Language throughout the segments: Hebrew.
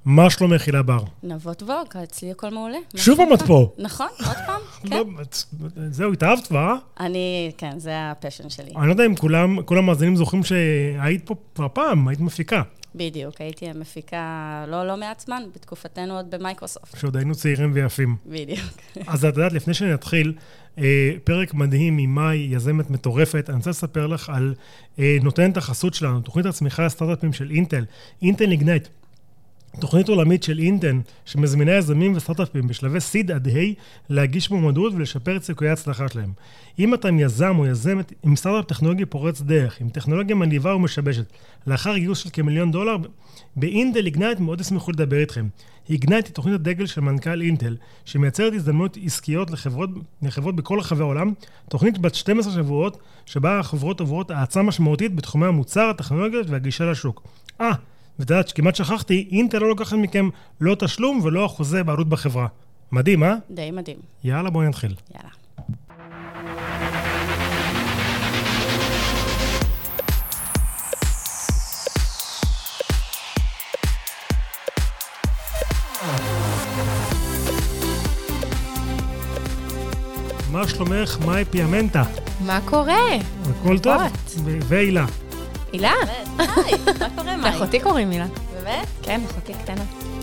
מה שלומך הילה בר? נבות ווגה, אצלי הכל מעולה. שוב עמד פה. נכון, עוד פעם, כן. זהו, התאהבת כבר? כן, זה הפשן שלי. אני לא יודע אם כל המאזינים זוכרים שהיית פה כבר פעם, היית מפיקה. בדיוק, הייתי מפיקה לא מעט זמן, בתקופתנו עוד במייקרוסופט. שעוד היינו צעירים ויפים. בדיוק. אז את יודעת, לפני שנתחיל, פרק מדהים ממאי, יזמת מטורפת, אני רוצה לספר לך על נותנת החסות שלנו, תוכנית הצמיחה לסטארט-אפים של אינטל, אינטל איגנייט. תוכנית עולמית של אינטל, שמזמינה יזמים וסטארט-אפים בשלבי סיד עד ה' להגיש מועמדות ולשפר את סיכויי ההצלחה שלהם. אם אתם יזם או יזמת עם סטארט-אפ טכנולוגי פורץ דרך, עם טכנולוגיה מניבה ומשבשת, לאחר גיוס של כ$1,000,000, באינטל איגנייט מאוד ישמחו לדבר איתכם. איגנייט היא תוכנית הדגל של מנכ"ל אינטל, שמייצרת הזדמנויות עסקיות לחברות בכל רחבי העולם, תוכנית בת 12 שבועות, שבה החברות עוברות האצה משמעותית בתחומי המוצר, הטכנולוגיות והגישה לשוק. ותדעת שכמעט שכחתי, אינטל לא לוקחת מכם לא תשלום ולא אחוזי בעלות בחברה. מדהים, אה? די מדהים. יאללה, בואי נתחיל. יאללה. מה שלומך? מאי פיאמנטה? מה קורה? הכל טוב? והילה. הילה? היי, מה קורה, מאי? לאחותי קוראים הילה. באמת? כן, אחותי קטנה.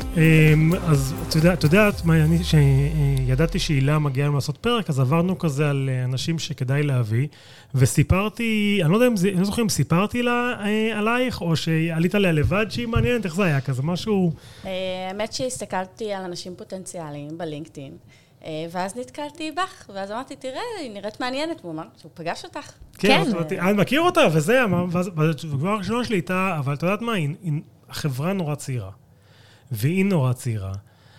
אז את יודעת, מאי, אני שידעתי שהילה מגיעה לנו לעשות פרק, אז עברנו כזה על אנשים שכדאי להביא, וסיפרתי, אני לא יודע אני לא זוכר אם סיפרתי לה עלייך, או שעלית עליה לבד שהיא מעניינת, איך זה היה כזה, משהו... האמת שהסתכלתי על אנשים פוטנציאליים בלינקדאין, ואז נתקלתי בך, ואז אמרתי, תראה, היא נראית מעניינת, והוא אמר, שהוא פגש אותך. כן, אני מכיר אותה, וזה, וכבר הראשונה שלי איתה, אבל את יודעת מה, החברה נורא צעירה, והיא נורא צעירה.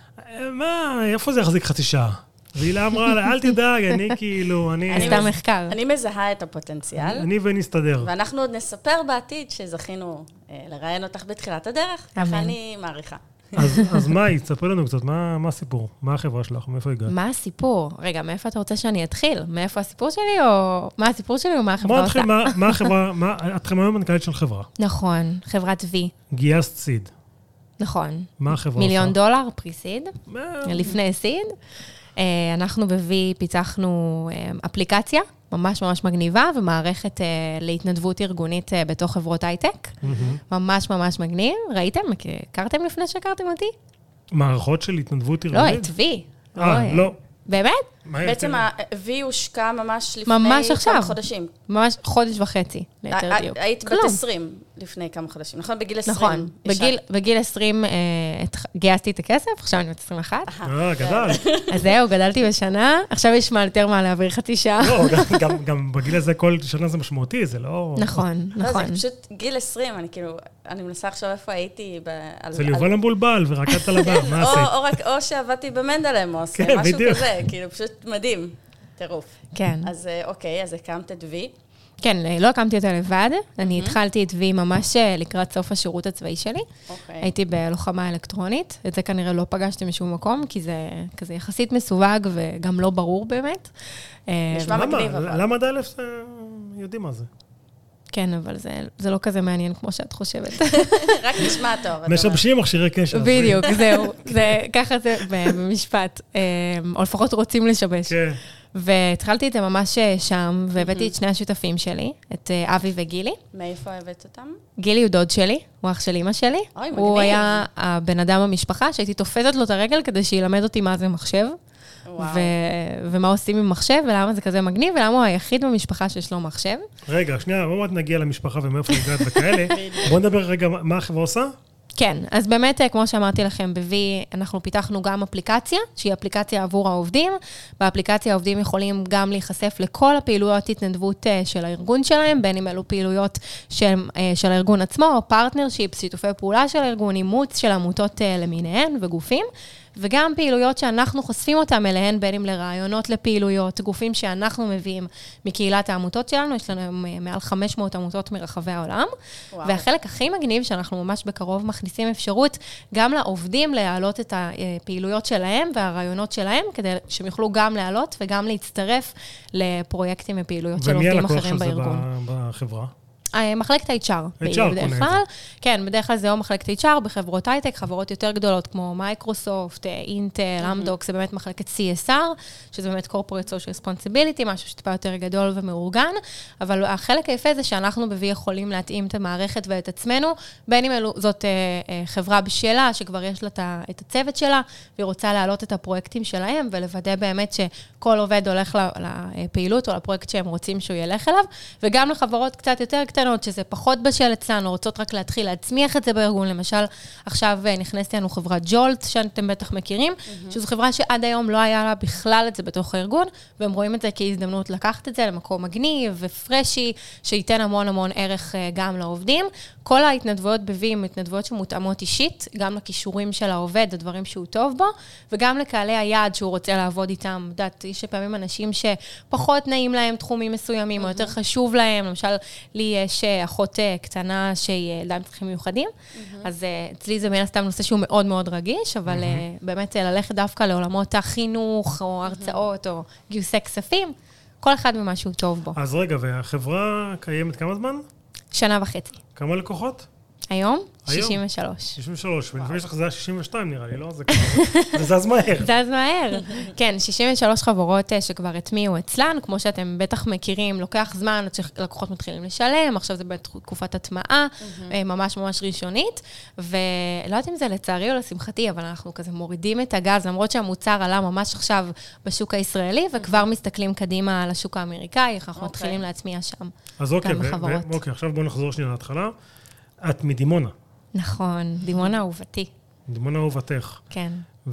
מה, איפה זה יחזיק חצי שעה? והיא לה אמרה לה, אל תדאג, אני כאילו, עשתה מחקר. אני מזהה את הפוטנציאל. אני ונסתדר. ואנחנו עוד נספר בעתיד שזכינו לראיין אותך בתחילת הדרך, ככה אני מעריכה. אז מאי, תספר לנו קצת, מה הסיפור? מה החברה שלך? מאיפה הגעת? מה הסיפור? רגע, מאיפה אתה רוצה שאני אתחיל? מאיפה הסיפור שלי או... מה הסיפור שלי או מה החברה עושה? מה החברה, את היום מנכ"לית של חברה. נכון, חברת V. גייסת סיד. נכון. מה החברה עושה? $1,000,000 פרי-סיד, לפני סיד. אנחנו ב-V פיתחנו אפליקציה, ממש ממש מגניבה, ומערכת להתנדבות ארגונית בתוך חברות הייטק. ממש ממש מגניב. ראיתם? הכרתם לפני שהכרתם אותי? מערכות של התנדבות ארגונית? לא, את V. לא. באמת? בעצם ה-V הושקע ממש לפני כמה חודשים. ממש חודש וחצי, ליתר דיוק. היית בת 20 לפני כמה חודשים, נכון? בגיל 20. נכון, בגיל 20 גייסתי את הכסף, עכשיו אני בת 21. גדל. אז זהו, גדלתי בשנה, עכשיו יש יותר מה להעביר חצי שעה. לא, גם בגיל הזה כל שנה זה משמעותי, זה לא... נכון, נכון. זה פשוט גיל 20, אני מנסה עכשיו איפה הייתי... זה ליובל המבולבל ורקדת על הבא, מה עשית? או שעבדתי במנדלם, או עושה משהו כזה, כאילו פשוט מדהים, טירוף. כן. אז אוקיי, אז הקמת את V. כן, לא הקמתי אותה לבד, אני התחלתי את V ממש לקראת סוף השירות הצבאי שלי. הייתי בלוחמה אלקטרונית, את זה כנראה לא פגשתי משום מקום, כי זה כזה יחסית מסווג וגם לא ברור באמת. נשמע מגניב, אבל. למה עד אלף יודעים מה זה? כן, אבל זה לא כזה מעניין כמו שאת חושבת. רק נשמע טוב. משבשים מכשירי קשר. בדיוק, זהו. ככה זה במשפט. או לפחות רוצים לשבש. כן. והתחלתי את זה ממש שם, והבאתי את שני השותפים שלי, את אבי וגילי. מאיפה הבאת אותם? גילי הוא דוד שלי, הוא אח של אמא שלי. אוי, מגניב. הוא היה הבן אדם במשפחה, שהייתי תופסת לו את הרגל כדי שילמד אותי מה זה מחשב. ומה עושים עם מחשב, ולמה זה כזה מגניב, ולמה הוא היחיד במשפחה שיש לו מחשב. רגע, שנייה, בואו נגיע למשפחה ומאיפה נגעת וכאלה. בואו נדבר רגע, מה החברה עושה? כן, אז באמת, כמו שאמרתי לכם, ב-V אנחנו פיתחנו גם אפליקציה, שהיא אפליקציה עבור העובדים. באפליקציה העובדים יכולים גם להיחשף לכל הפעילויות התנדבות של הארגון שלהם, בין אם אלו פעילויות של הארגון עצמו, או פרטנרשיפ, שיתופי פעולה של הארגון, אימוץ של עמותות למיניהן וגופים. וגם פעילויות שאנחנו חושפים אותם אליהן, בין אם לרעיונות לפעילויות, גופים שאנחנו מביאים מקהילת העמותות שלנו, יש לנו מעל 500 עמותות מרחבי העולם, והחלק הכי מגניב שאנחנו ממש בקרוב מכניסים אפשרות, גם לעובדים להעלות את הפעילויות שלהם והרעיונות שלהם, כדי שהם יוכלו גם להעלות וגם להצטרף לפרויקטים ופעילויות של עובדים אחרים בארגון. ומי הלקוח הזה בחברה? מחלקת ה-HR, בדרך כלל. כן, בדרך כלל זה או מחלקת ה-HR בחברות הייטק, חברות יותר גדולות כמו מייקרוסופט, אינטל, אמדוק, זה באמת מחלקת CSR, שזה באמת Corporate Social Responsibility, משהו שטיפה יותר גדול ומאורגן, אבל החלק היפה זה שאנחנו בבי יכולים להתאים את המערכת ואת עצמנו, בין אם זאת חברה בשלה, שכבר יש לה את הצוות שלה, והיא רוצה להעלות את הפרויקטים שלהם, ולוודא באמת שכל עובד הולך לפעילות או לפרויקט שהם רוצים שהוא ילך אליו, וגם לחברות קצת יותר קטנות, שזה פחות בשל אצלנו, רוצות רק להתחיל להצמיח את זה בארגון. למשל, עכשיו נכנסת לנו חברת ג'ולט, שאתם בטח מכירים, שזו חברה שעד היום לא היה לה בכלל את זה בתוך הארגון, והם רואים את זה כהזדמנות לקחת את זה למקום מגניב ופרשי, שייתן המון המון ערך גם לעובדים. כל ההתנדבויות בבי הן התנדבויות שמותאמות אישית, גם לכישורים של העובד, הדברים שהוא טוב בו, וגם לקהלי היעד שהוא רוצה לעבוד איתם. יודעת, יש פעמים אנשים שפחות נעים להם תחומים מסוימים, או יותר חשוב להם. למשל, לי יש אחות קטנה שהיא ילדה עם צרכים מיוחדים, אז אצלי זה מן הסתם נושא שהוא מאוד מאוד רגיש, אבל באמת ללכת דווקא לעולמות החינוך, או הרצאות, או גיוסי כספים, כל אחד ממה שהוא טוב בו. אז רגע, והחברה קיימת כמה זמן? 1.5 שנה. כמה לקוחות? היום? 63. 63, ולפני שלך זה היה 62 נראה לי, לא? זה זז מהר. זז מהר. כן, 63 חברות שכבר הטמיעו אצלן, כמו שאתם בטח מכירים, לוקח זמן עד שלקוחות מתחילים לשלם, עכשיו זה בתקופת הטמעה, ממש ממש ראשונית, ולא יודעת אם זה לצערי או לשמחתי, אבל אנחנו כזה מורידים את הגז, למרות שהמוצר עלה ממש עכשיו בשוק הישראלי, וכבר מסתכלים קדימה על השוק האמריקאי, איך אנחנו מתחילים להטמיע שם. אז אוקיי, עכשיו בואו נחזור שנייה להתחלה. את מדימונה. נכון, דימונה אהובתי. דימונה אהובתך. כן.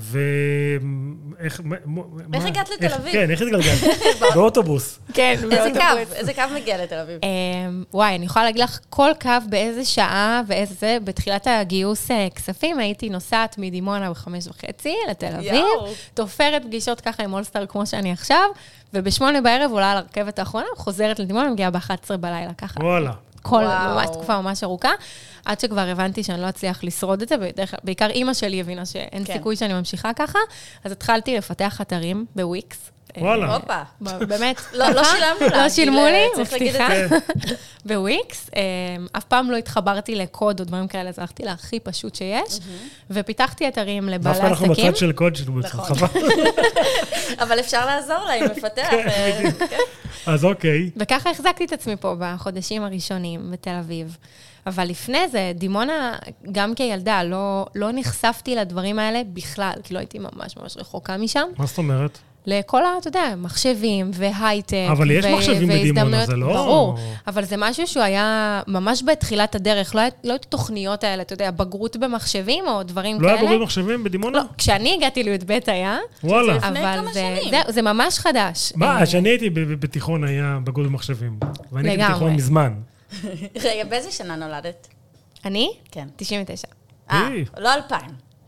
איך הגעת לתל אביב? כן, איך התגלגלת? באוטובוס. כן, באוטובוס. איזה קו מגיע לתל אביב? וואי, אני יכולה להגיד לך כל קו באיזה שעה ואיזה זה. בתחילת הגיוס כספים הייתי נוסעת מדימונה ב5:30 לתל אביב, תופרת פגישות ככה עם אולסטאר כמו שאני עכשיו, וב8 בערב עולה על הרכבת האחרונה, חוזרת לדימונה, מגיעה ב11 בלילה ככה. וואלה. ממש תקופה ממש ארוכה, עד שכבר הבנתי שאני לא אצליח לשרוד את זה, בעיקר אימא שלי הבינה שאין סיכוי שאני ממשיכה ככה, אז התחלתי לפתח אתרים בוויקס. וואלה. הופה. באמת. לא שילמנו לה. לא שילמו לי, מבטיחה. כן. בוויקס. אף פעם לא התחברתי לקוד או דברים כאלה, אז הלכתי להכי פשוט שיש, ופיתחתי אתרים לבעלי עסקים. דווקא אנחנו בצד של קוד שלנו, חבל. אבל אפשר לעזור לה, אם מפתח. אז אוקיי. וככה החזקתי את עצמי פה בחודשים הראשונים בתל אביב. אבל לפני זה, דימונה, גם כילדה, לא נחשפתי לדברים האלה בכלל, כי לא הייתי ממש ממש רחוקה משם. מה זאת אומרת? לכל, אתה יודע, מחשבים והייטק. אבל יש מחשבים בדימונה, זה לא... ברור, אבל זה משהו שהוא היה ממש בתחילת הדרך, לא היו תוכניות האלה, אתה יודע, בגרות במחשבים או דברים כאלה. לא היה בגרות במחשבים בדימונה? לא, כשאני הגעתי לי"ב היה. וואלה. לפני כמה שנים. זה ממש חדש. מה, כשאני הייתי בתיכון היה בגרות במחשבים. ואני הייתי בתיכון מזמן. רגע, באיזה שנה נולדת? אני? כן. 99. לא 2000.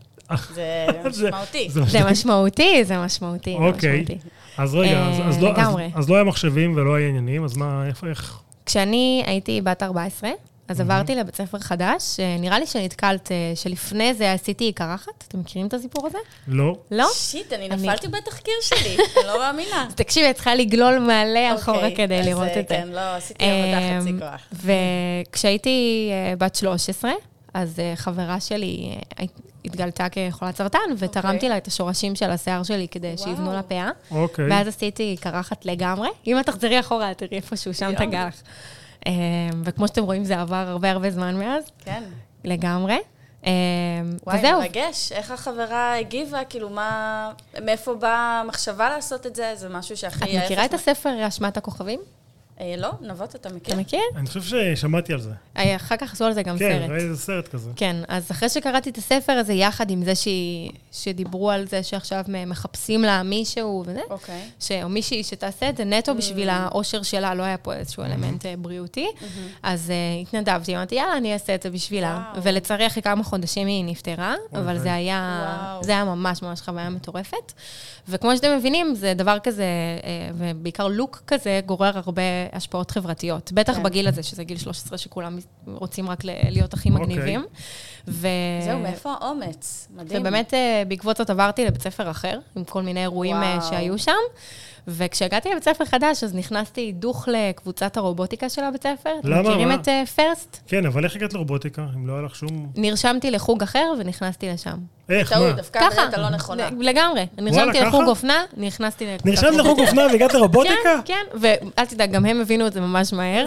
זה משמעותי. זה משמעותי. אוקיי. אז רגע, אז לא היה מחשבים ולא היה עניינים, אז מה, איך? כשאני הייתי בת 14, אז עברתי לבית ספר חדש, נראה לי שנתקלת, שלפני זה עשיתי קרחת. אתם מכירים את הסיפור הזה? לא. לא? שיט, אני נפלתי בתחקיר שלי, אני לא מאמינה. אז תקשיבי, את צריכה לגלול מעלה אחורה כדי לראות את זה. כן, לא, עשיתי עבודה חצי כוח. וכשהייתי בת 13, אז חברה שלי התגלתה כחולת סרטן, ותרמתי לה את השורשים של השיער שלי כדי שיבנו לה פאה. ואז עשיתי קרחת לגמרי. אם את תחזרי אחורה, תראי איפשהו שם תגלח. וכמו שאתם רואים, זה עבר הרבה זמן מאז. כן. לגמרי. וואי, מרגש. איך החברה הגיבה? כאילו, מאיפה באה המחשבה לעשות את זה? זה משהו שהכי... את מכירה את הספר אשמת הכוכבים? לא, נבות, אתה מכיר? אתה מכיר? אני חושב ששמעתי על זה. אחר כך עשו על זה גם סרט. כן, ראיתי איזה סרט כזה. כן, אז אחרי שקראתי את הספר הזה, יחד עם זה שדיברו על זה שעכשיו מחפשים לה מישהו וזה, או מישהי שתעשה את זה נטו בשביל האושר שלה, לא היה פה איזשהו אלמנט בריאותי, אז התנדבתי, אמרתי, יאללה, אני אעשה את זה בשבילה. ולצערי, אחרי כמה חודשים היא נפטרה, אבל זה היה ממש ממש חוויה מטורפת. וכמו שאתם מבינים, זה דבר כזה, ובעיקר לוק כזה, גורר הרבה השפעות חברתיות. בטח בגיל הזה, שזה גיל 13, שכולם רוצים רק להיות הכי מגניבים. זהו, מאיפה האומץ? מדהים. ובאמת, בעקבות זאת עברתי לבית ספר אחר, עם כל מיני אירועים שהיו שם. וכשהגעתי לבית ספר חדש, אז נכנסתי דוך לקבוצת הרובוטיקה של הבית ספר. למה? מכירים את פרסט? כן, אבל איך הגעת לרובוטיקה? אם לא היה לך שום... נרשמתי לחוג אחר ונכנסתי לשם. איך, טעות, מה? דווקא ככה. הדלת הלא נכונה. לגמרי. נרשמתי לחוג אופנה, נכנסתי לקבוצת... נרשמת לחוג אופנה והגעת לרובוטיקה? כן, ואל תדאג, גם הם הבינו את זה ממש מהר.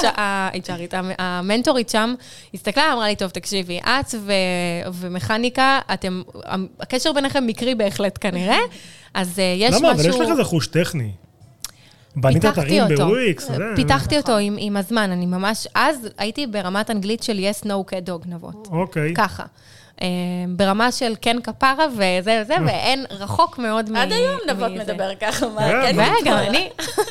המנטורית שם הסתכלה, אמרה לי, טוב, תקשיבי, את ומכניקה, הקשר ביניכם מקרי בהחלט כנראה, אז יש משהו... למה? אבל יש לך איזה חוש טכני. בנית אתרים בוויקס. פיתחתי אותו עם הזמן, אני ממש... אז הייתי ברמת אנגלית של yes, no, cat, dog, נבות. אוקיי. ככה. ברמה של כן כפרה וזה וזה, ואין רחוק מאוד עד היום נבות מדבר ככה, מה? וגם אני.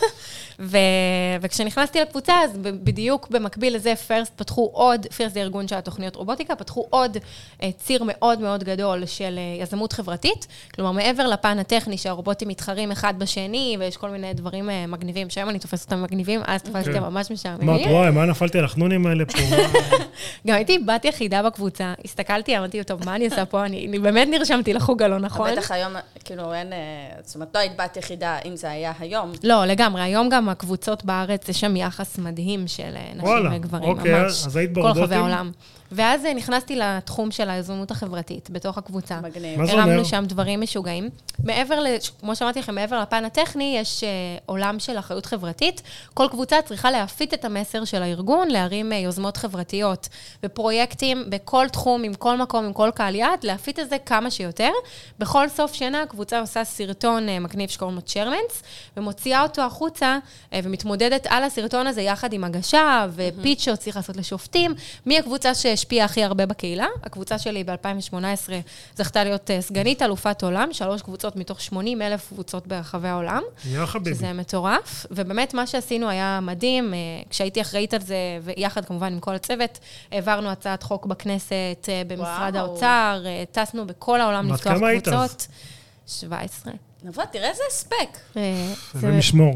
וכשנכנסתי לקבוצה, אז בדיוק במקביל לזה, פרסט זה ארגון של התוכניות רובוטיקה, פתחו עוד ציר מאוד מאוד גדול של יזמות חברתית, כלומר, מעבר לפן הטכני שהרובוטים מתחרים אחד בשני, ויש כל מיני דברים מגניבים, שהיום אני תופסת אותם מגניבים, אז תופסתי ממש משעממים. מה, את רואה, מה נפלתי על החנונים האלה פה? גם הייתי בת יחידה בקבוצה, הסתכלתי, אמרתי, טוב, מה אני עושה פה? אני באמת נרשמתי לחוג הלא נכון. בטח היום, כאילו, אין, זאת אומרת, לא היית בת יחידה, אם זה היה היום. לא, לגמרי, היום גם הקבוצות בארץ, יש שם יחס מדהים של נשים וגברים, ממש. אוקיי, אז היית ברובוטים? כל חבי העולם. ואז נכנסתי לתחום של היזמות החברתית, בתוך הקבוצה. מגניב. מה זה אומר? הרמנו שם דברים משוגעים. כמו שאמרתי לכם, מעבר לפן הטכני, יש עולם של אחריות חברתית. כל קבוצה צריכה להפיץ את המסר של הארגון, להרים יוזמות חברתיות ופרויקטים בכל תחום, עם כל מקום, עם כל קהל יעד, להפיץ את זה כמה שיותר. בכל סוף שנה, הקבוצה עושה סרטון מגניב שקוראים לו צ'רמנס, ומוציאה אותו החוצה, ומתמודדת על הסרטון הזה יחד עם הגשה, ופיץ' שצריך לעשות לשופטים. מי הקבוצה שהשפיעה הכי הרבה בקהילה? הקבוצה שלי ב-2018 זכתה להיות סגנית אלופת עולם, 3 קבוצות מתוך 80,000 קבוצות ברחבי העולם. יא חביבי. שזה מטורף. ובאמת מה שעשינו היה מדהים, כשהייתי אחראית על זה, ויחד כמובן עם כל הצוות, העברנו הצעת חוק בכנסת, במשרד האוצר, טסנו בכל העולם לפתוח קבוצות. 17. נבות, תראה איזה הספק. זה משמור.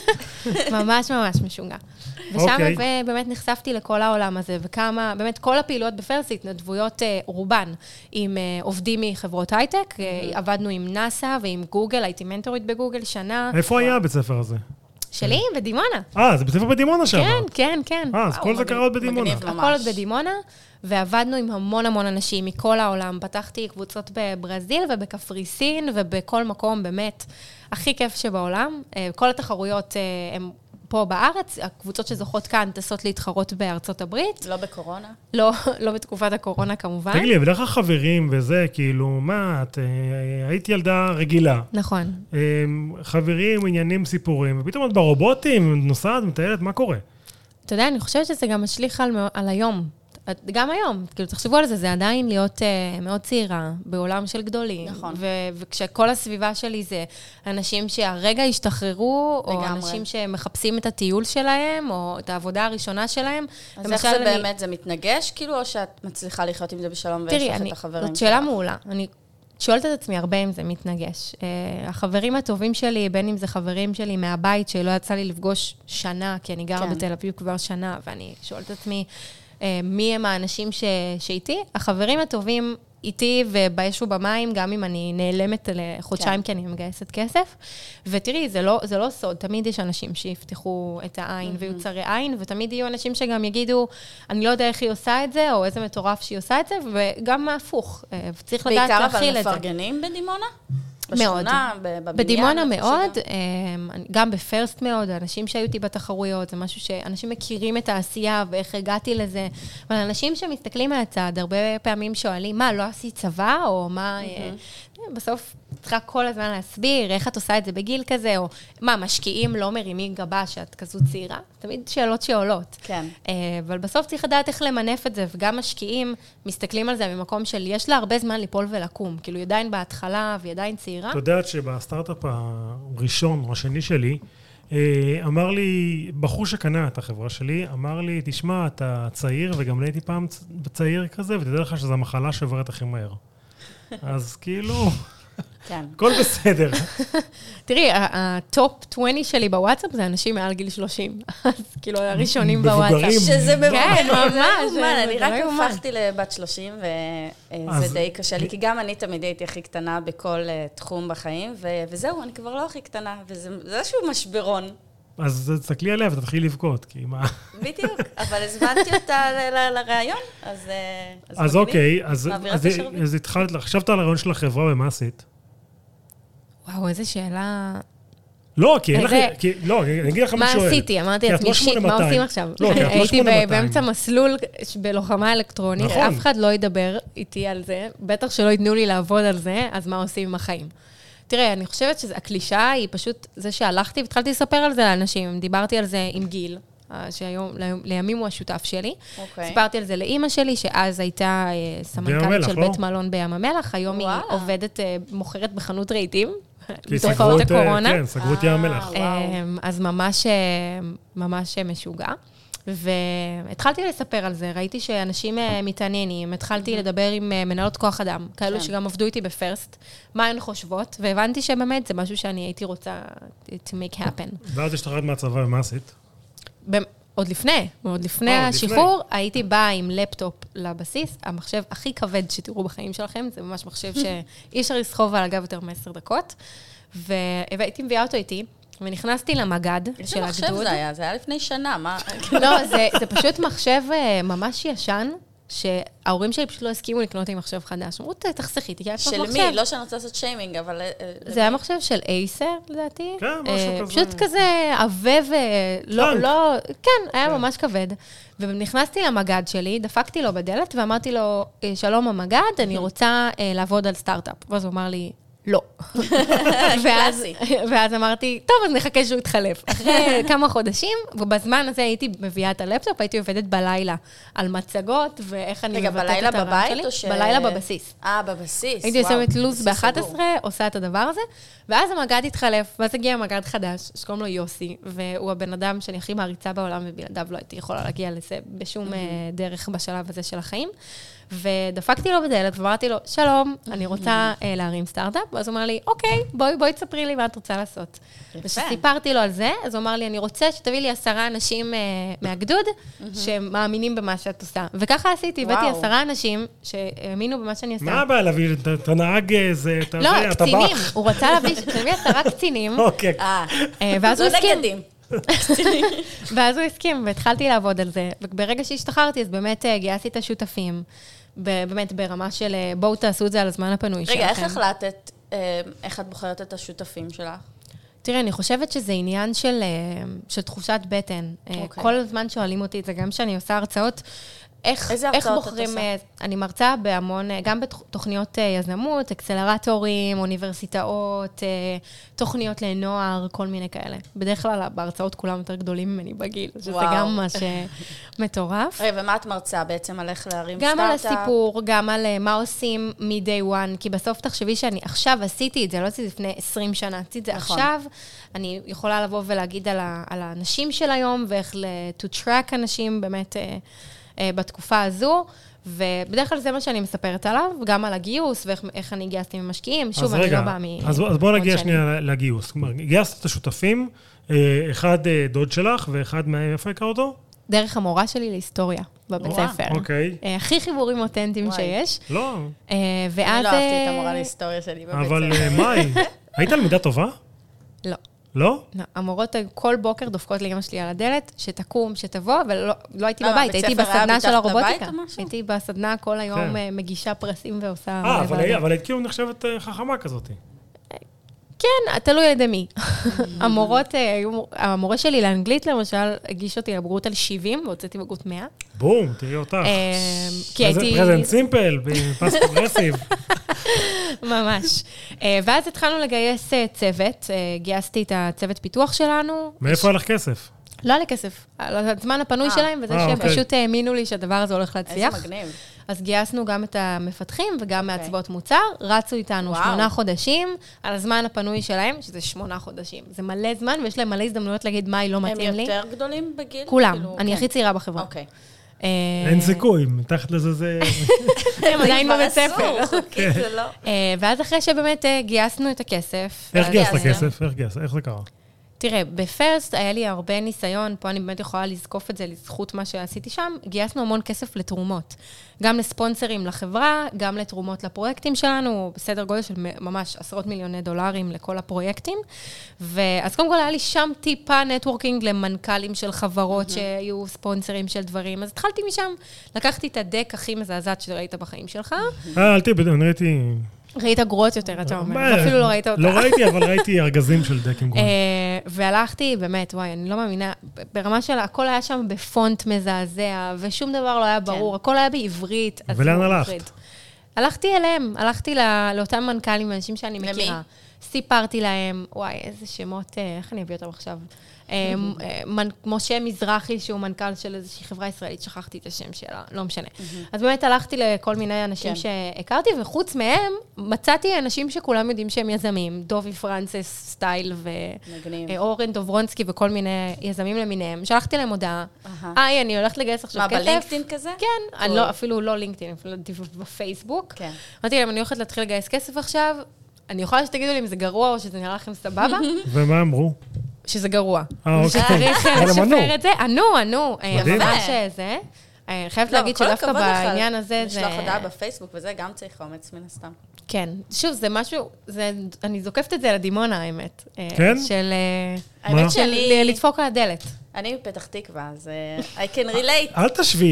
ממש ממש משוגע. ושם באמת נחשפתי לכל העולם הזה, וכמה, באמת כל הפעילויות בפרסט, התנדבויות רובן, עם עובדים מחברות הייטק, עבדנו עם נאסא ועם גוגל, הייתי מנטורית בגוגל שנה. איפה היה הבית ספר הזה? שלי, בדימונה. זה בית ספר בדימונה שם? כן. אז כל זה קרה עוד בדימונה. הכל עוד בדימונה, ועבדנו עם המון המון אנשים מכל העולם. פתחתי קבוצות בברזיל ובקפריסין ובכל מקום, באמת, הכי כיף שבעולם. כל התחרויות הן פה בארץ, הקבוצות שזוכות כאן טסות להתחרות בארצות הברית. לא בקורונה? לא בתקופת הקורונה כמובן. תגיד לי, אבל איך החברים וזה, כאילו, מה, את היית ילדה רגילה. נכון. חברים, עניינים, סיפורים, ופתאום את ברובוטים, נוסעת, מטיילת, מה קורה? אתה יודע, אני חושבת שזה גם משליך על היום. גם היום, כאילו, תחשבו על זה, זה עדיין להיות מאוד צעירה, בעולם של גדולים. נכון. וכשכל הסביבה שלי זה אנשים שהרגע השתחררו, או לגמרי. אנשים שמחפשים את הטיול שלהם, או את העבודה הראשונה שלהם. אז איך זה באמת, זה מתנגש, כאילו, או שאת מצליחה לחיות עם זה בשלום, ויש לך את החברים שלך? זאת שאלה מעולה. אני שואלת את עצמי הרבה אם זה מתנגש. החברים הטובים שלי, בין אם זה חברים שלי מהבית, שלא יצא לי לפגוש שנה, כי אני גרה בתל אביב כבר שנה, ואני שואלת את עצמי, מי הם האנשים שאיתי? החברים הטובים איתי ובאש ובמים, גם אם אני נעלמת לחודשיים, כי אני מגייסת כסף. ותראי, זה לא סוד, תמיד יש אנשים שיפתחו את העין ויוצרי עין, ותמיד יהיו אנשים שגם יגידו, אני לא יודע איך היא עושה את זה, או איזה מטורף שהיא עושה את זה, וגם הפוך. צריך לדעת להכיל את זה. בעיקר אבל מפרגנים בדימונה? מאוד. בבניין? בדימונה מאוד, גם בפרסט מאוד, האנשים שהיו איתי בתחרויות, זה משהו שאנשים מכירים את העשייה ואיך הגעתי לזה, אבל אנשים שמסתכלים מהצד, הרבה פעמים שואלים, מה, לא עשית צבא, או מה, בסוף צריכה כל הזמן להסביר, איך את עושה את זה בגיל כזה, או מה, משקיעים לא מרימים גבה שאת כזו צעירה, תמיד שאלות שעולות. כן. אבל בסוף צריך לדעת איך למנף את זה, וגם משקיעים מסתכלים על זה ממקום של, יש לה הרבה זמן ליפול ולקום, כאילו היא עדיין בהתחלה, והיא עדיין צעירה. אתה יודעת שבסטארט-אפ הראשון, או השני שלי, אמר לי, בחור שקנה את החברה שלי, אמר לי, תשמע, אתה צעיר, וגם הייתי פעם צעיר כזה, ותדע לך שזו המחלה שעוברת הכי מהר. אז כאילו... כן. הכל בסדר. תראי, הטופ 20 שלי בוואטסאפ זה אנשים מעל גיל 30. אז כאילו, הראשונים מבוגרים. בוואטסאפ. שזה כן, ממש. אני רק הפכתי לבת 30, וזה די קשה לי, כי גם אני תמיד הייתי הכי קטנה בכל תחום בחיים, וזהו, אני כבר לא הכי קטנה, וזה איזשהו משברון. אז תסתכלי עליה ותתחיל לבכות, כי מה... בדיוק, אבל הזמנתי אותה לרעיון, אז אוקיי, אז התחלת, חשבת על הרעיון של החברה ומה עשית? וואו, איזו שאלה... לא, כי אין לך... לא, אני אגיד לך מה שואל. מה עשיתי? אמרתי לעצמי, שיט, מה עושים עכשיו? לא, כי את לא 8200. הייתי באמצע מסלול בלוחמה אלקטרונית, נכון. אף אחד לא ידבר איתי על זה, בטח שלא ייתנו לי לעבוד על זה, אז מה עושים עם החיים? תראה, אני חושבת שהקלישה היא פשוט זה שהלכתי והתחלתי לספר על זה לאנשים. דיברתי על זה עם גיל, שהיום, לימים הוא השותף שלי. סיפרתי על זה לאמא שלי, שאז הייתה סמנכ"לית של בית מלון בים המלח. היום היא עובדת, מוכרת בחנות רהיטים, בתופעות הקורונה. כן, סגרו את ים המלח. אז ממש משוגע. והתחלתי לספר על זה, ראיתי שאנשים מתעניינים, התחלתי לדבר עם מנהלות כוח אדם, כאלו שגם עבדו איתי בפרסט, מה הן חושבות, והבנתי שבאמת זה משהו שאני הייתי רוצה to make happen. ואז השתחררת מהצבא, ומה עשית? עוד לפני השחרור, הייתי באה עם לפטופ לבסיס, המחשב הכי כבד שתראו בחיים שלכם, זה ממש מחשב שאי אפשר לסחוב על הגב יותר מ10 דקות, והייתי מביאה אותו איתי, ונכנסתי למגד של הגדוד. איזה מחשב זה היה? זה היה לפני שנה, מה? לא, זה פשוט מחשב ממש ישן, שההורים שלי פשוט לא הסכימו לקנות לי מחשב חדש. אמרו, תחסכי, תהיה איפה מחשב. של מי? לא שאני רוצה לעשות שיימינג, אבל... זה היה מחשב של אייסר, לדעתי. כן, משהו כזה. פשוט כזה עבה ולא... כן, היה ממש כבד. ונכנסתי למגד שלי, דפקתי לו בדלת, ואמרתי לו, שלום המגד, אני רוצה לעבוד על סטארט-אפ. ואז הוא אמר לי, לא. ואז אמרתי, טוב, אז נחכה שהוא יתחלף. אחרי כמה חודשים, ובזמן הזה הייתי מביאה את הלפטופ, הייתי עובדת בלילה על מצגות, ואיך אני מבטאת את הרעיון שלי. רגע, בלילה בבית או ש... בלילה בבסיס. בבסיס, הייתי שמת לוז ב-11, עושה את הדבר הזה, ואז המגד התחלף, ואז הגיע מגד חדש, שקוראים לו יוסי, והוא הבן אדם שאני הכי מעריצה בעולם, ובלעדיו לא הייתי יכולה להגיע לזה בשום דרך בשלב הזה של החיים. ודפקתי לו בדלת, ואמרתי לו, שלום, אני רוצה להרים סטארט-אפ, ואז הוא אמר לי, אוקיי, בואי תספרי לי מה את רוצה לעשות. וכשסיפרתי לו על זה, אז הוא אמר לי, אני רוצה שתביא לי 10 אנשים מהגדוד, שמאמינים במה שאת עושה. וככה עשיתי, הבאתי 10 אנשים שהאמינו במה שאני עושה. מה הבעיה להביא את הנהג, את לא, קצינים, הוא רצה להביא 10 קצינים. אוקיי. ואז הוא הסכים. ואז הוא הסכים, והתחלת לעבוד על זה, וברגע שהשתחררתי, אז באמת גייסתי את השותפים, באמת ברמה של בואו תעשו את זה על הזמן הפנוי שלכם. רגע, איך החלטת, איך את בוחרת את השותפים שלך? תראה, אני חושבת שזה עניין של תחושת בטן. כל הזמן שואלים אותי את זה, גם שאני עושה הרצאות, איך בוחרים, אני מרצה בהמון, גם בתוכניות יזמות, אקסלרטורים, אוניברסיטאות, תוכניות לנוער, כל מיני כאלה. בדרך כלל בהרצאות כולם יותר גדולים ממני בגיל, שזה גם ממש מטורף. ומה את מרצה בעצם על איך להרים סטארט-אפ? גם על הסיפור, גם על מה עושים מ-day one, כי בסוף תחשבי שאני עכשיו עשיתי את זה, לא עשיתי לפני 20 שנה, עשיתי את זה עכשיו, אני יכולה לבוא ולהגיד על האנשים של היום, ואיך to track אנשים באמת בתקופה הזו, ובדרך כלל זה מה שאני מספרת עליו, גם על הגיוס, ואיך אני גייסתי ממשקיעים. שוב, אני לא באה אז בואו נגיע שנייה לגיוס. כלומר, גייסת את השותפים, אחד דוד שלך, ואחד מאיפה הכר אותו? דרך המורה שלי להיסטוריה בבית ספר. אוקיי. הכי חיבורים אותנטיים שיש. לא. אני לא אהבתי את המורה להיסטוריה שלי בבית ספר. אבל מאי, היית תלמידה טובה? לא. לא? המורות כל בוקר דופקות לאמא שלי על הדלת, שתקום, שתבוא, אבל לא הייתי בבית, הייתי בסדנה של הרובוטיקה. הייתי בסדנה כל היום מגישה פרסים ועושה... אבל היית כאילו נחשבת חכמה כזאת. כן, תלוי על ידי מי. המורה שלי לאנגלית, למשל, הגיש אותי לבגרות על 70, והוצאתי בגרות 100. בום, תראי אותך. כי הייתי... פרזנט סימפל, בפס פרוגרסיב. ממש. ואז התחלנו לגייס צוות, גייסתי את הצוות פיתוח שלנו. מאיפה הלך כסף? לא עלי כסף, על הזמן הפנוי שלהם, וזה שהם פשוט האמינו לי שהדבר הזה הולך להצליח. איזה מגניב. אז גייסנו גם את המפתחים וגם מעצבות מוצר, רצו איתנו 8 חודשים, על הזמן הפנוי שלהם, שזה 8 חודשים. זה מלא זמן, ויש להם מלא הזדמנויות להגיד מה היא לא מתאים לי. הם יותר גדולים בגיל? כולם, אני הכי צעירה בחברה. אוקיי. אין סיכוי, מתחת לזה זה... הם עדיין בבית ספר. חוקית זה לא. ואז אחרי שבאמת גייסנו את הכסף. איך גייסת הכסף? איך זה קרה? תראה, בפרסט היה לי הרבה ניסיון, פה אני באמת יכולה לזקוף את זה לזכות מה שעשיתי שם, גייסנו המון כסף לתרומות. גם לספונסרים לחברה, גם לתרומות לפרויקטים שלנו, בסדר גודל של ממש עשרות מיליוני דולרים לכל הפרויקטים. אז קודם כל היה לי שם טיפה נטוורקינג למנכ"לים של חברות שהיו ספונסרים של דברים. אז התחלתי משם, לקחתי את הדק הכי מזעזעת שראית בחיים שלך. אל תהיה, אני ראיתי... ראית גרועות יותר, אתה אומר, אפילו לא ראית אותה. לא ראיתי, אבל ראיתי ארגזים של דקים גרועים. והלכתי, באמת, וואי, אני לא מאמינה, ברמה של הכל היה שם בפונט מזעזע, ושום דבר לא היה ברור, הכל היה בעברית. ולאן הלכת? הלכתי אליהם, הלכתי לאותם מנכ"לים, אנשים שאני מכירה. סיפרתי להם, וואי, איזה שמות, איך אני אביא אותם עכשיו? משה מזרחי, שהוא מנכ"ל של איזושהי חברה ישראלית, שכחתי את השם שלה, לא משנה. אז באמת הלכתי לכל מיני אנשים שהכרתי, וחוץ מהם מצאתי אנשים שכולם יודעים שהם יזמים, דובי פרנסס סטייל ואורן דוברונסקי וכל מיני יזמים למיניהם. שלחתי להם הודעה, אני הולכת לגייס עכשיו כסף. מה, בלינקדאין כזה? כן, אפילו לא לינקדאין, אפילו בפייסבוק. אמרתי להם, אני הולכת להתחיל לגייס כסף עכשיו, אני יכולה שתגידו לי אם זה גרוע או שזה נראה לכם סבבה. ומה אמרו? שזה גרוע. אוקיי. שצריך לשפר את זה. ענו. מדהים. ממש זה. אני חייבת להגיד שדווקא בעניין הזה זה... לשלוח הודעה בפייסבוק וזה גם צריך אומץ מן הסתם. כן. שוב, זה משהו, אני זוקפת את זה לדימונה, האמת. כן? האמת שלי... לדפוק על הדלת. אני מפתח תקווה, אז I can relate. אל תשווי.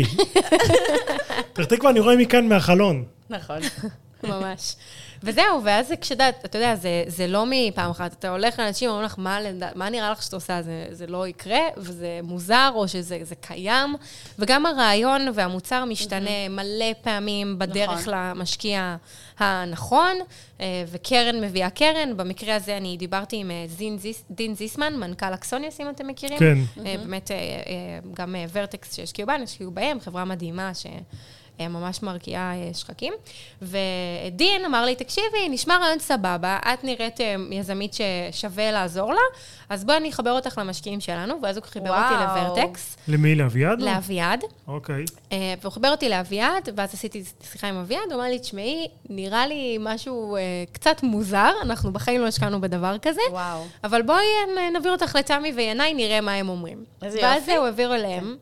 פתח תקווה אני רואה מכאן מהחלון. נכון. ממש. וזהו, ואז כשדעת, אתה יודע, זה לא מפעם אחת, אתה הולך לאנשים, אומרים לך, מה נראה לך שאתה עושה? זה לא יקרה, וזה מוזר, או שזה קיים, וגם הרעיון והמוצר משתנה מלא פעמים בדרך למשקיע הנכון, וקרן מביאה קרן, במקרה הזה אני דיברתי עם דין זיסמן, מנכ"ל אקסוניוס, אם אתם מכירים. כן. באמת, גם ורטקס שהשקיעו בהם, חברה מדהימה ממש מרקיעה שחקים. ודין אמר לי, תקשיבי, נשמע רעיון סבבה, את נראית יזמית ששווה לעזור לה, אז בואי אני אחבר אותך למשקיעים שלנו, ואז הוא חיבר אותי לוורטקס. למי? לאביעד? לאביעד. אוקיי. והוא חיבר אותי לאביעד, ואז עשיתי שיחה עם אביעד, הוא אמר לי, תשמעי, נראה לי משהו קצת מוזר, אנחנו בחיים לא השקענו בדבר כזה, אבל בואי נעביר אותך לתמי וינאי, נראה מה הם אומרים. ואז הוא העביר אליהם.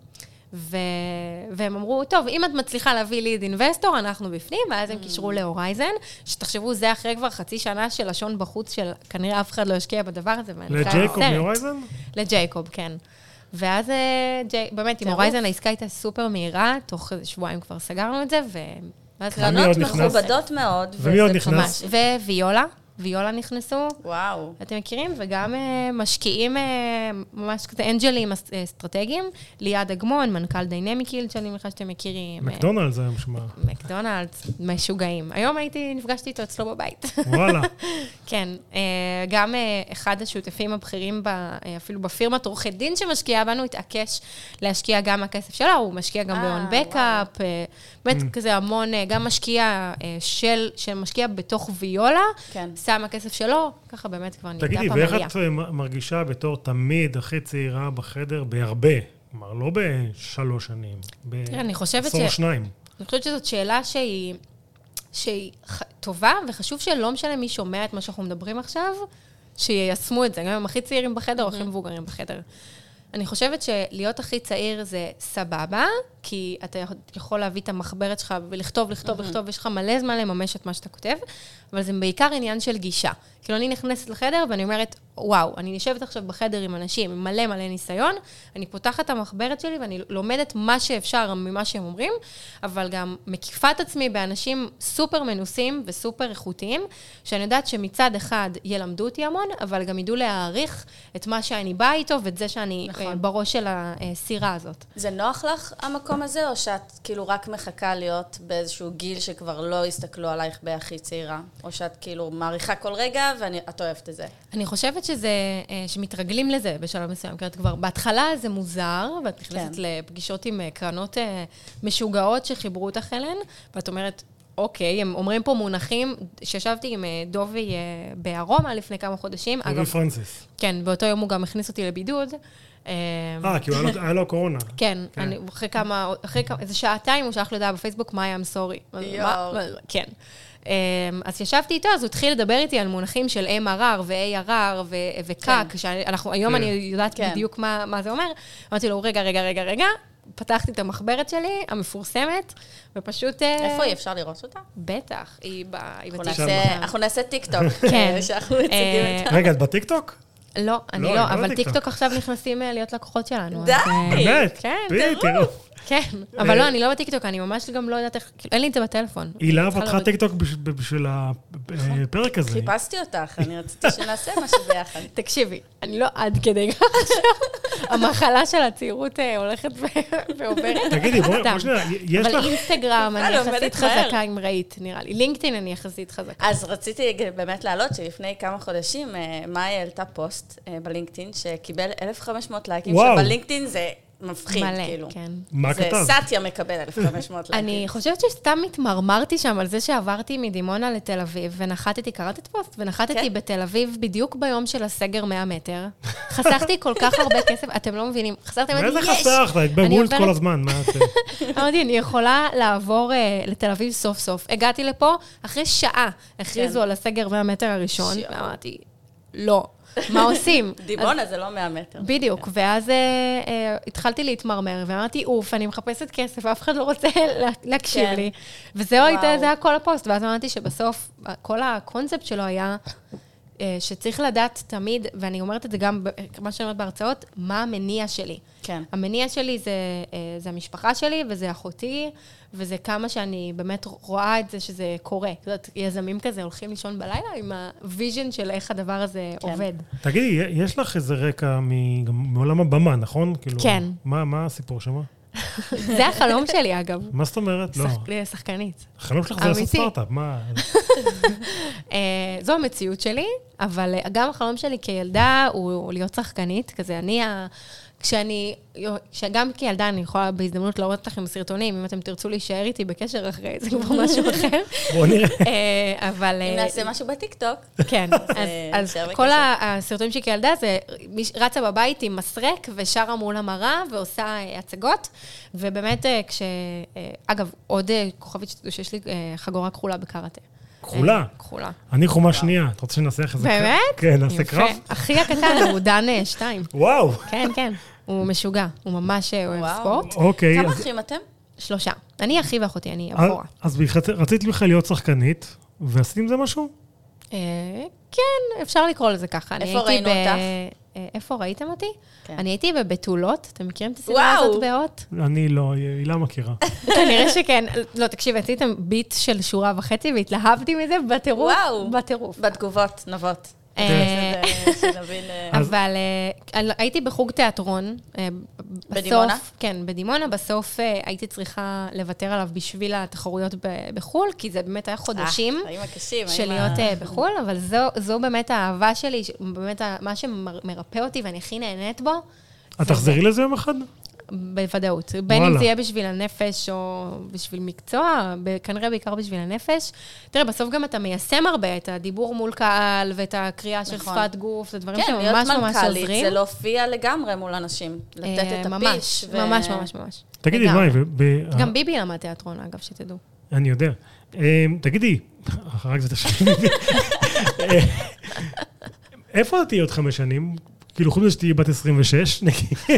והם אמרו, טוב, אם את מצליחה להביא ליד אינבסטור, אנחנו בפנים, ואז הם קישרו להורייזן, שתחשבו, זה אחרי כבר חצי שנה של לשון בחוץ, של כנראה אף אחד לא השקיע בדבר הזה, לג'ייקוב מהורייזן? לג'ייקוב, כן. ואז באמת, עם הורייזן העסקה הייתה סופר מהירה, תוך שבועיים כבר סגרנו את זה, ואז קרנות מכובדות מאוד. ומי עוד נכנס? ויולה נכנסו. וואו. אתם מכירים? וגם משקיעים ממש כזה אנג'לים אסטרטגיים. ליעד אגמון, מנכ"ל דיינמיקילד, שאני מניחה שאתם מכירים. מקדונלדס היום שמה. מקדונלדס, משוגעים. היום נפגשתי איתו אצלו בבית. וואלה. כן. גם אחד השותפים הבכירים, אפילו בפירמת עורכי דין שמשקיעה בנו, התעקש להשקיע גם הכסף שלו, הוא משקיע גם בהון בקאפ, באמת כזה המון, גם משקיע שמשקיע בתוך ויולה, שם הכסף שלו, ככה באמת כבר נהייתה פמליה. תגידי, ואיך את מרגישה בתור תמיד הכי צעירה בחדר בהרבה? כלומר, לא ב3 שנים, בעשור שניים. אני חושבת שזאת שאלה שהיא טובה, וחשוב שלא משנה מי שומע את מה שאנחנו מדברים עכשיו, שיישמו את זה, גם הם הכי צעירים בחדר או הכי מבוגרים בחדר. אני חושבת שלהיות הכי צעיר זה סבבה, כי אתה יכול להביא את המחברת שלך ולכתוב, ויש לך מלא זמן לממש את מה שאתה כותב, אבל זה בעיקר עניין של גישה. כאילו אני נכנסת לחדר ואני אומרת, וואו, אני נשבת עכשיו בחדר עם אנשים עם מלא ניסיון, אני פותחת את המחברת שלי ואני לומדת מה שאפשר ממה שהם אומרים, אבל גם מקיפה את עצמי באנשים סופר מנוסים וסופר איכותיים, שאני יודעת שמצד אחד ילמדו אותי המון, אבל גם ידעו להעריך את מה שאני באה איתו ואת זה שאני בראש של הסירה הזאת. זה נוח לך המקום הזה, או שאת כאילו רק מחכה להיות באיזשהו גיל שכבר לא יסתכלו עלייך בהכי צעירה, או שאת כאילו מעריכה כל רגע ואת אוהבת את זה? אני חושבת שמתרגלים לזה בשלב מסוים, כי כבר בהתחלה זה מוזר, ואת נכנסת לפגישות עם קרנות משוגעות שחיברו אותך אליהן, ואת אומרת, אוקיי, הם אומרים פה מונחים, שישבתי עם דובי בארומה לפני כמה חודשים. דובי פרנסס. כן, באותו יום הוא גם הכניס אותי לבידוד, כי היה לו קורונה. כן, אחרי איזה שעתיים הוא שלח לי הודעה בפייסבוק, מאי, I'm sorry. כן. אז ישבתי איתו, אז הוא התחיל לדבר איתי על מונחים של MRR ו-ARR וקאק, היום אני יודעת בדיוק מה זה אומר. אמרתי לו, רגע, פתחתי את המחברת שלי, המפורסמת, ופשוט... איפה היא? אפשר לראות אותה? בטח, היא אנחנו נעשה טיקטוק. כן. שאנחנו מציגים אותה. רגע, את בטיקטוק? לא, אני לא, אבל טיקטוק עכשיו נכנסים להיות לקוחות שלנו. די! באמת? כן, תראו. כן, אבל לא, אני לא בטיקטוק, אני ממש גם לא יודעת איך, אין לי את זה בטלפון. הילה פתחה טיקטוק בשביל הפרק הזה. חיפשתי אותך, אני רציתי שנעשה משהו ביחד. תקשיבי, אני לא עד כדי כך עכשיו. המחלה של הצעירות הולכת ועוברת. תגידי, בוא שנייה, יש לך... אבל אינסטגרם אני יחסית חזקה, אם ראית, נראה לי. לינקדאין אני יחסית חזקה. אז רציתי באמת להעלות שלפני כמה חודשים, מאי העלתה פוסט בלינקדאין, שקיבל 1,500 לייקים, שבלינקדאין זה... מפחיד, כאילו. כן. מה כתב? זה סטיה מקבל 1,500 לייקים. אני חושבת שסתם התמרמרתי שם על זה שעברתי מדימונה לתל אביב, ונחתתי, קראת את פוסט, ונחתתי בתל אביב בדיוק ביום של הסגר 100 מטר. חסכתי כל כך הרבה כסף, אתם לא מבינים. חסכתי, אמרתי, יש! איזה חסכת? את בבולט כל הזמן, מה זה? אמרתי, אני יכולה לעבור לתל אביב סוף סוף. הגעתי לפה, אחרי שעה הכריזו על הסגר 100 מטר הראשון, ואמרתי, לא. מה עושים? דימונה זה לא 100 מטר. בדיוק, ואז התחלתי להתמרמר, ואמרתי, אוף, אני מחפשת כסף, אף אחד לא רוצה להקשיב לי. וזהו, זה היה כל הפוסט, ואז אמרתי שבסוף, כל הקונספט שלו היה, שצריך לדעת תמיד, ואני אומרת את זה גם, מה שאני אומרת בהרצאות, מה המניע שלי. כן. המניע שלי זה המשפחה שלי, וזה אחותי, וזה כמה שאני באמת רואה את זה שזה קורה. זאת אומרת, יזמים כזה הולכים לישון בלילה עם הוויז'ן של איך הדבר הזה עובד. תגידי, יש לך איזה רקע מעולם הבמה, נכון? כן. מה הסיפור שמה? זה החלום שלי, אגב. מה זאת אומרת? לא. שחקנית. החלום שלך זה לעשות סטארט-אפ, מה? זו המציאות שלי, אבל גם החלום שלי כילדה הוא להיות שחקנית, כזה גם כילדה אני יכולה בהזדמנות להראות לכם סרטונים, אם אתם תרצו להישאר איתי בקשר אחרי, זה כבר משהו אחר. בוא נראה. אבל... אם נעשה משהו בטיקטוק. כן, אז כל הסרטונים שלי כילדה זה רצה בבית עם מסרק ושרה מול המראה ועושה הצגות, ובאמת אגב, עוד כוכבית שתדעו שיש לי חגורה כחולה בקראטה. כחולה? כחולה. אני חומה שנייה, אתה רוצה שנעשה איך זה? באמת? כן, נעשה קרב. אחי הקטן, הוא דן 2. וואו. כן, כן. הוא משוגע, הוא ממש אוהב ספורט. אוקיי. כמה אחים אתם? 3. אני אחי ואחותי, אני הבחורה. אז רצית בכלל להיות שחקנית, ועשית עם זה משהו? כן, אפשר לקרוא לזה ככה. איפה ראינו אותך? איפה ראיתם אותי? אני הייתי בבתולות, אתם מכירים את הסדרה הזאת באות? אני לא, היא לא מכירה. כנראה שכן. לא, תקשיב, עשיתם ביט של שורה וחצי, והתלהבתי מזה בטירוף. בתגובות נבות. אבל הייתי בחוג תיאטרון. בדימונה? כן, בדימונה. בסוף הייתי צריכה לוותר עליו בשביל התחרויות בחול, כי זה באמת היה חודשים של להיות בחול, אבל זו באמת האהבה שלי, באמת מה שמרפא אותי ואני הכי נהנית בו. את תחזרי לזה יום אחד? בוודאות. בין אם זה יהיה בשביל הנפש או בשביל מקצוע, כנראה בעיקר בשביל הנפש. תראה, בסוף גם אתה מיישם הרבה את הדיבור מול קהל ואת הקריאה של שפת גוף, זה דברים שממש ממש עוזרים. זה להופיע לגמרי מול אנשים, לתת את הפיש. ממש, ממש, ממש. תגידי, מאי, גם ביבי למד תיאטרון, אגב, שתדעו. אני יודע. תגידי, רק זה תשאיר ביבי. איפה תהיי עוד 5 שנים? כאילו, חוץ מזה שתהיי בת 26, נגיד.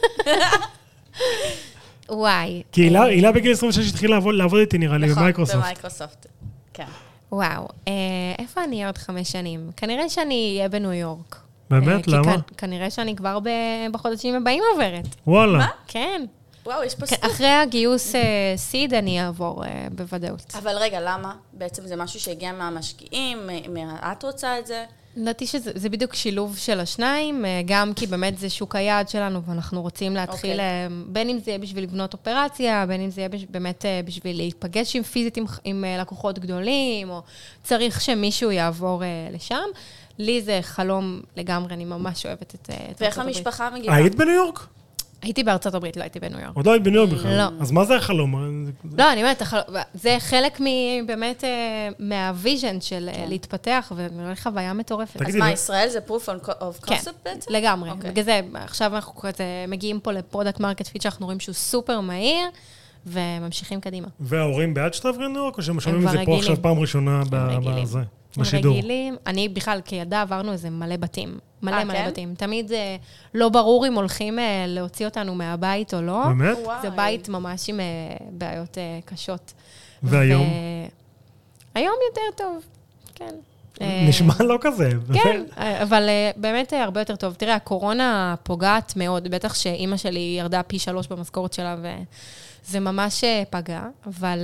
וואי. כי הילה בגיל 26 התחילה לעבוד איתי, נראה לי, במייקרוסופט. נכון, במייקרוסופט, כן. וואו. איפה אני עוד 5 שנים? כנראה שאני אהיה בניו יורק. באמת? למה? כנראה שאני כבר בחודשים הבאים עוברת. וואלה. מה? כן. וואו, יש פה סקופ. אחרי הגיוס סיד אני אעבור בוודאות. אבל רגע, למה? בעצם זה משהו שהגיע מהמשקיעים, את רוצה את זה? לדעתי שזה בדיוק שילוב של השניים, גם כי באמת זה שוק היעד שלנו, ואנחנו רוצים להתחיל, בין אם זה יהיה בשביל לבנות אופרציה, בין אם זה יהיה באמת בשביל להיפגש פיזית עם לקוחות גדולים, או צריך שמישהו יעבור לשם. לי זה חלום לגמרי, אני ממש אוהבת את ואיך המשפחה מגיבה? היית בניו יורק? הייתי בארצות הברית, לא הייתי בניו יורק. עוד לא היית בניו יורק בכלל. לא. אז מה זה החלום? לא, אני אומרת, זה חלק באמת מהוויז'ן של להתפתח, ונראה חוויה מטורפת. אז מה, ישראל זה proof of concept בעצם? כן, לגמרי. בגלל זה, עכשיו אנחנו מגיעים פה לפרודקט מרקט פיט, שאנחנו רואים שהוא סופר מהיר, וממשיכים וההורים בעד שתעברי ניו יורק, או שהם שומעים את זה פה עכשיו פעם ראשונה בזה? בשידור. רגילים. אני בכלל, כידה עברנו איזה מלא בתים. מלא בתים. תמיד לא ברור אם הולכים להוציא אותנו מהבית או לא. באמת? זה בית ממש עם בעיות קשות. והיום? היום יותר טוב, כן. נשמע לא כזה. כן, אבל באמת הרבה יותר טוב. תראה, הקורונה פוגעת מאוד, בטח שאימא שלי ירדה פי 3 במשכורת שלה, וזה ממש פגע, אבל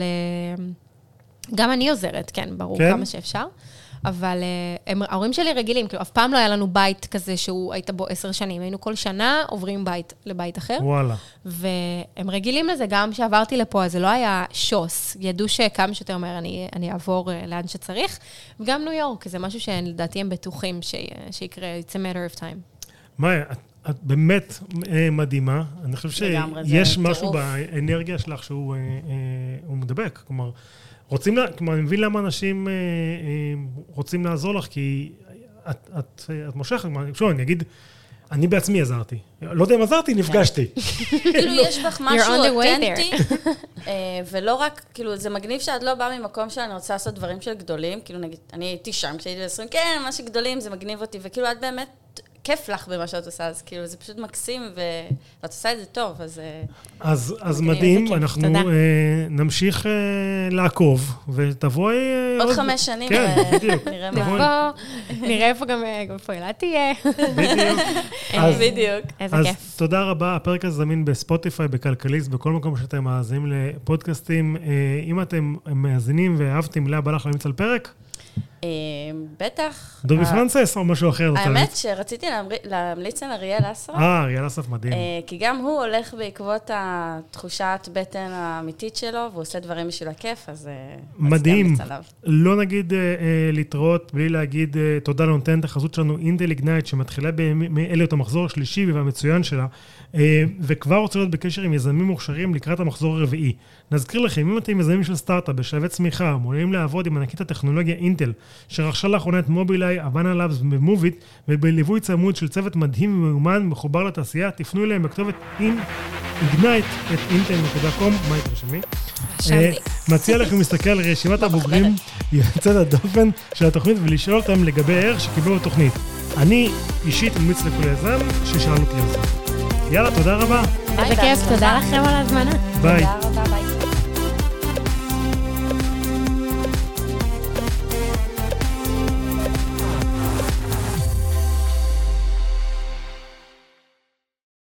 גם אני עוזרת, כן, ברור, כמה שאפשר. אבל ההורים שלי רגילים, כאילו, אף פעם לא היה לנו בית כזה שהוא היית בו 10 שנים. היינו כל שנה עוברים בית לבית אחר. וואלה. והם רגילים לזה, גם שעברתי לפה, אז זה לא היה שוס. ידעו שכמה שיותר מהר אני אעבור לאן שצריך. וגם ניו יורק, זה משהו שלדעתי הם בטוחים שיקרה, it's a matter of time. מאיה, את באמת מדהימה. אני חושב שיש משהו באנרגיה שלך שהוא מדבק. כלומר, אני מבין למה אנשים רוצים לעזור לך, כי את מושכת, שוב, אני אגיד, אני בעצמי עזרתי. לא יודע אם עזרתי, נפגשתי. כאילו, יש בך משהו אותנטי, ולא רק, כאילו, זה מגניב שאת לא באה ממקום שאני רוצה לעשות דברים של גדולים, כאילו, נגיד, אני הייתי שם כשהייתי ב-20, כן, מה שגדולים, זה מגניב אותי, וכאילו, את באמת כיף לך במה שאת עושה, אז כאילו, זה פשוט מקסים, ואת עושה את זה טוב, אז מדהים, אנחנו נמשיך לעקוב, ותבואי עוד 5 שנים, נראה מה. נראה איפה גם פועלה תהיה. בדיוק. איזה כיף. אז תודה רבה, הפרק הזה זמין בספוטיפיי, בכלכליסט, בכל מקום שאתם מאזינים לפודקאסטים. אם אתם מאזינים ואהבתם, לאה בא לך להמליץ על פרק? בטח. דובי פרנסס או משהו אחר? האמת שרציתי להמליץ על אריאל אסרף. אריאל אסרף מדהים. כי גם הוא הולך בעקבות התחושת בטן האמיתית שלו, והוא עושה דברים בשביל הכיף, אז מדהים. לא נגיד להתראות, בלי להגיד תודה לנותנת החסות שלנו, אינטל איגנייט, שמתחילה מאליות המחזור השלישי והמצוין שלה, וכבר רוצה להיות בקשר עם יזמים מוכשרים לקראת המחזור הרביעי. נזכיר לכם, אם אתם יזמים של סטארט-אפ בשלבי צמיחה, מעוניינים לעבוד עם ענקית הטכנולוגיה אינטל, שרכשה לאחרונה את מובילאיי, אבנה לאבס ומוביט, ובליווי צמוד של צוות מדהים ומיומן מחובר לתעשייה, תפנו אליהם בכתובת ignite@intel.com. מה התרשמי? מציע לכם להסתכל על רשימת הבוגרים יוצאת הדופן של התוכנית ולשאול אותם לגבי הערך שקיבלו בתוכנית. אני אישית ממליץ לכל יזם ששאל אותי על זה. יאללה, תודה רבה. איזה כיף, תודה לכם על ההזמנה. ביי. תודה רבה, ביי.